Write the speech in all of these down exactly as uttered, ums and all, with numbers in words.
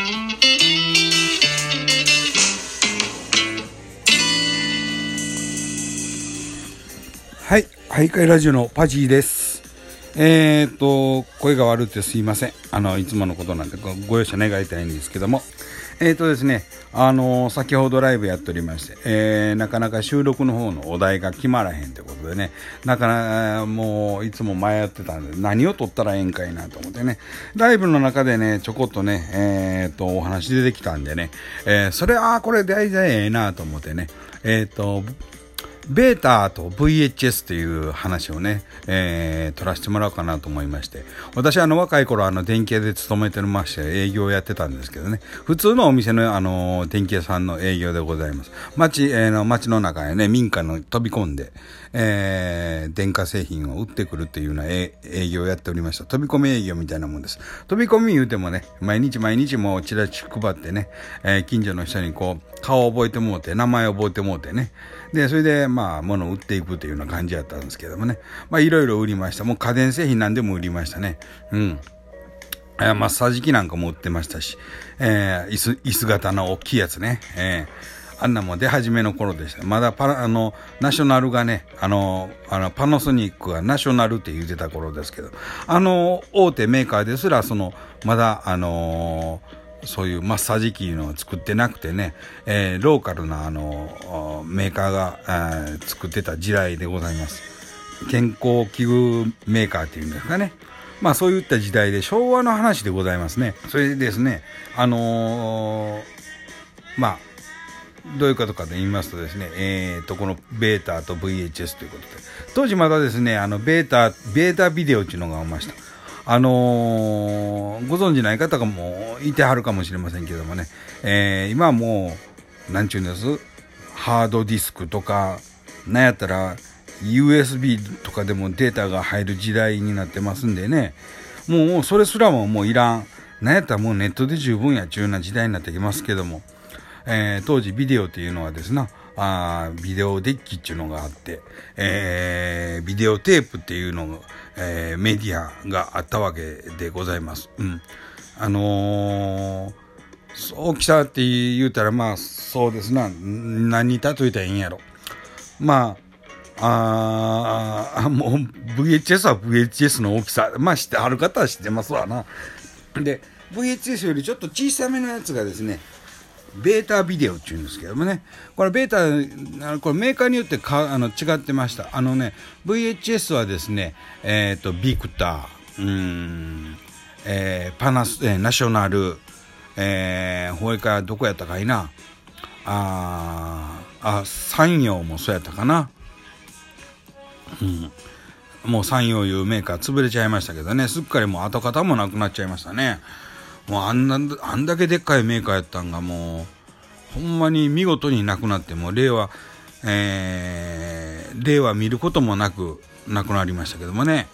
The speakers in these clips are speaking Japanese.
はい、徘徊ラジオのパジーです。えーっと声が悪くてすいません。あのいつものことなんで ご, ご容赦願いたいんですけども、えーっとですね、あの先ほどライブやっておりまして、えー、なかなか収録の方のお題が決まらへんということでね、なかなかもういつも迷ってたんで何を撮ったらええんかいなと思ってね、ライブの中でねちょこっとね、えー、っとお話出てきたんでね、えー、それあーこれ大体ええなと思ってね、えー、っとベータと ブイエイチエス という話をね、えー、取らせてもらおうかなと思いまして、私はあの若い頃あの電気屋で勤めてまして営業をやってたんですけどね、普通のお店のあの電気屋さんの営業でございます。町、えー、の町の中へね民家の飛び込んで、えー、電化製品を売ってくるっていうような営業をやっておりました。飛び込み営業みたいなもんです。飛び込み言うてもね、毎日毎日もうチラシ配ってね、えー、近所の人にこう顔を覚えてもうて名前を覚えてもうてね、でそれでまあ物を売っていくというような感じだったんですけどもね、まあいろいろ売りました。もう家電製品なんでも売りましたね。うん。マッサージ機なんかも売ってましたし、えー、椅子椅子型の大きいやつね、えー、あんなも出始めの頃でした。まだパあのナショナルがね、あのあのパナソニックがナショナルって言ってた頃ですけど、あの大手メーカーですらそのまだあのーそういうマッサージ機のを作ってなくてね、えー、ローカルなあのメーカーが、えー、作ってた時代でございます。健康器具メーカーっていうんですかね。まあそういった時代で昭和の話でございますね。それでですね、あのー、まあどういうことかと言いますとですね、えーとこのベータと ブイエイチエス ということで、当時まだですね、あのベータベータビデオっていうのがありました。あのー、ご存知ない方がもいてはるかもしれませんけどもね、えー、今はもうなんちゅうんです、ハードディスクとかなんやったら ユーエスビー とかでもデータが入る時代になってますんでね、もうそれすらももういらん、なんやったらもうネットで十分やっちゅうような時代になってきますけども、えー、当時ビデオっていうのはですね、あビデオデッキっていうのがあって、えー、ビデオテープっていうのが、えー、メディアがあったわけでございます。うん、あのー、大きさって言うたらまあそうですな、何に例えたらいいんやろ。まああもう ブイエイチエス は ブイエイチエス の大きさ、まあ知ってはる方は知ってますわな。で ブイエイチエス よりちょっと小さめのやつがですね、ベータビデオっていうんですけどもね、これベータこれメーカーによってかあの違ってました。あのね ブイエイチエス はですね、えっとビクター、うーん、えー、パナス、えー、ナショナル、えー、ほいからどこやったかいな、ああ山陽もそうやったかな、うん、もう山陽いうメーカー潰れちゃいましたけどね、すっかりもう跡形もなくなっちゃいましたね。もうあんなあんだけでっかいメーカーやったんがもうほんまに見事になくなって、もう令和、えー、令和見ることもなくなくなりましたけどもね、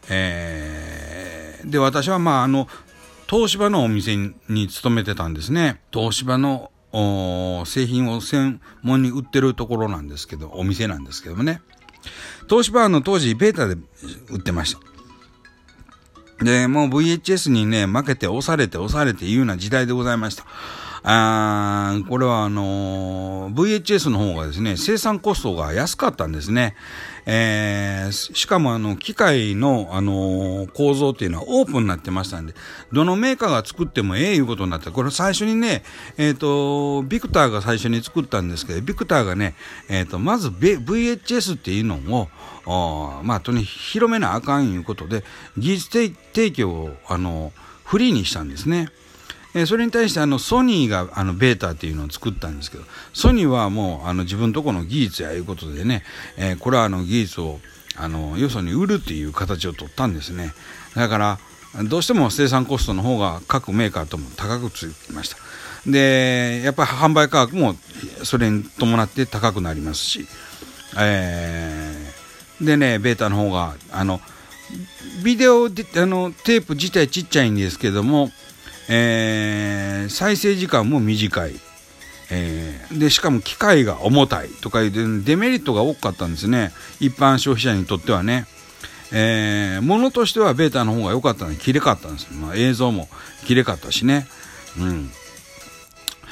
えー、で私はまああの東芝のお店に勤めてたんですね。東芝の製品を専門に売ってるところなんですけど、お店なんですけどもね、東芝の当時ベータで売ってました。でもう ブイエイチエス にね負けて押されて押されていうような時代でございました。あこれはあのー、ブイエイチエス の方がですね生産コストが安かったんですね。えー、しかもあの機械の、あのー、構造っていうのはオープンになってましたんで、どのメーカーが作ってもええいうことになって、これ最初にね、えっとビクターが最初に作ったんですけど、ビクターがね、えっとまず ブイエイチエス っていうのをまあとに広めなあかんいうことで技術提供をあのフリーにしたんですね。えー、それに対してあのソニーがあのベータっていうのを作ったんですけど、ソニーはもうあの自分とこの技術やいうことでね、えー、これはあの技術をあのよそに売るっていう形を取ったんですね。だからどうしても生産コストの方が各メーカーとも高くつきました。でやっぱり販売価格もそれに伴って高くなりますし、えー、でねベータの方があのビデオであのテープ自体ちっちゃいんですけども、えー、再生時間も短い、えー、でしかも機械が重たいとかいうデメリットが多かったんですね、一般消費者にとってはね。えー、ものとしてはベータの方が良かったのできれかったんです、まあ、映像もきれかったしね、うん、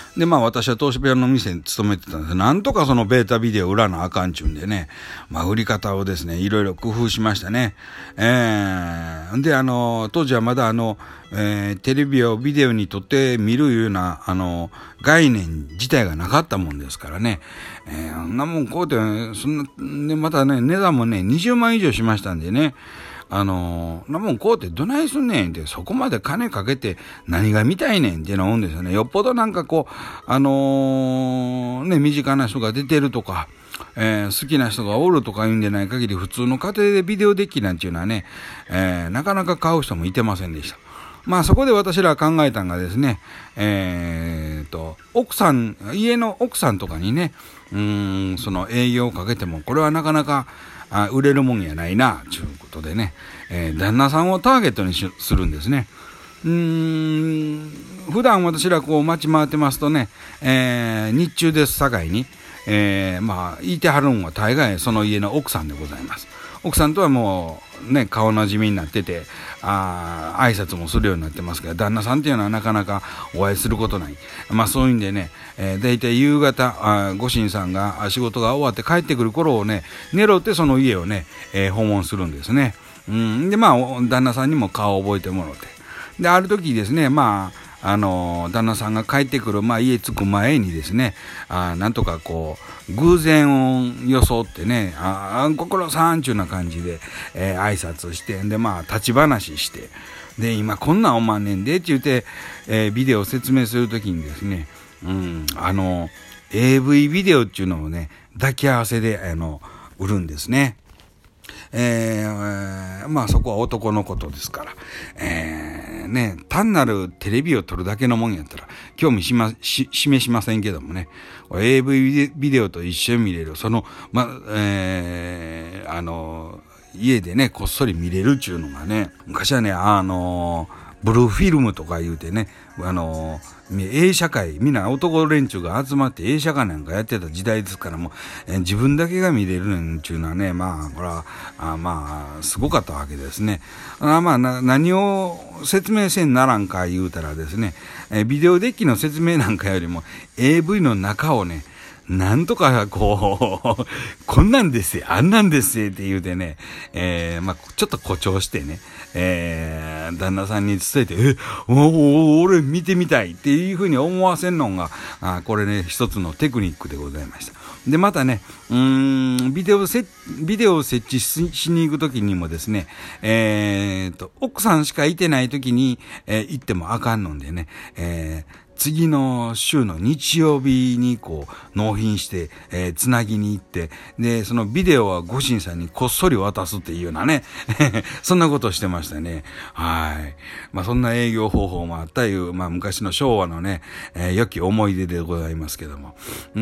で、まあ私は東芝の店に勤めてたんです。なんとかそのベータビデオ売らなあかんちゅうんでね、まあ売り方をですね、いろいろ工夫しましたね。えー、で、あの、当時はまだあの、えー、テレビをビデオに撮って見るような、あの、概念自体がなかったもんですからね。えー、あんなもんこうて、そんな、で、またね、値段もね、にじゅうまん以上しましたんでね。あのー、なもんこうってどないすんねんって、そこまで金かけて何が見たいねんっていうのを思うんですよね。よっぽどなんかこう、あのー、ね、身近な人が出てるとか、えー、好きな人がおるとか言うんでない限り、普通の家庭でビデオデッキなんていうのはね、えー、なかなか買う人もいてませんでした。まあそこで私ら考えたのがですね、えーと、奥さん、家の奥さんとかにね、うーん、その営業をかけても、これはなかなか、あ売れるもんやないな、ということでね、えー、旦那さんをターゲットにしするんですね。うーん、普段私らこう街回ってますとね、えー、日中ですさかいに、えー、まあ、言いてはるんは大概その家の奥さんでございます。奥さんとはもうね、顔なじみになってて、あ挨拶もするようになってますが、旦那さんっていうのはなかなかお会いすることない。まあそういうんでね、えー、だいたい夕方、あご主人さんが仕事が終わって帰ってくる頃をね、狙ってその家をね、えー、訪問するんですね。うん、で、まあ、旦那さんにも顔を覚えてもらって。で、ある時ですね、まあ、あの旦那さんが帰ってくる、まあ、家着く前にですね、あなんとかこう偶然を装ってね、あご苦労さんちゅうな感じで、えー、挨拶して、でまあ立ち話して、で今こんなんおまんねんでって言って、えー、ビデオを説明するときにですね、うんあの エーブイ ビデオっていうのをね抱き合わせであの売るんですね。えー、まあそこは男のことですから、えー、ね、単なるテレビを撮るだけのもんやったら興味しま、し、示しませんけどもね、エーブイ ビデオと一緒に見れる、その、ま、えー、あの、家でね、こっそり見れるっていうのがね、昔はね、あの、ブルーフィルムとか言うてね、あの映写会、みんな男連中が集まって映写会なんかやってた時代ですから、もう、えー、自分だけが見れるんちゅうのはね、まあこれはあまあすごかったわけですね。あまあな何を説明せんならんか言うたらですね、えー、ビデオデッキの説明なんかよりも エーブイ の中をね、なんとかこうこんなんですよ、あんなんですよって言うてね、えー、まあちょっと誇張してね、えー、旦那さんに伝えて、え、おお俺見てみたいっていうふうに思わせんのが、あこれね一つのテクニックでございました。でまたね、うーんビデオせビデオを設置 し, しに行くときにもですね、えー、と奥さんしかいてないときに、えー、行ってもあかんのでね、えー次の週の日曜日にこう納品して、えー、つなぎに行って、でそのビデオはご主人さんにこっそり渡すっていうようなねそんなことをしてましたね。はい。まあそんな営業方法もあったいう、まあ昔の昭和のね、えー、良き思い出でございますけども、うー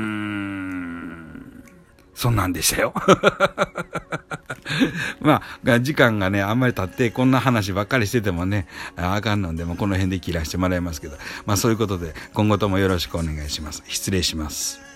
んそんなんでしたよまあ、時間がね、あんまり経って、こんな話ばっかりしててもね、あかんので、もうこの辺で切らしてもらいますけど、まあそういうことで、今後ともよろしくお願いします。失礼します。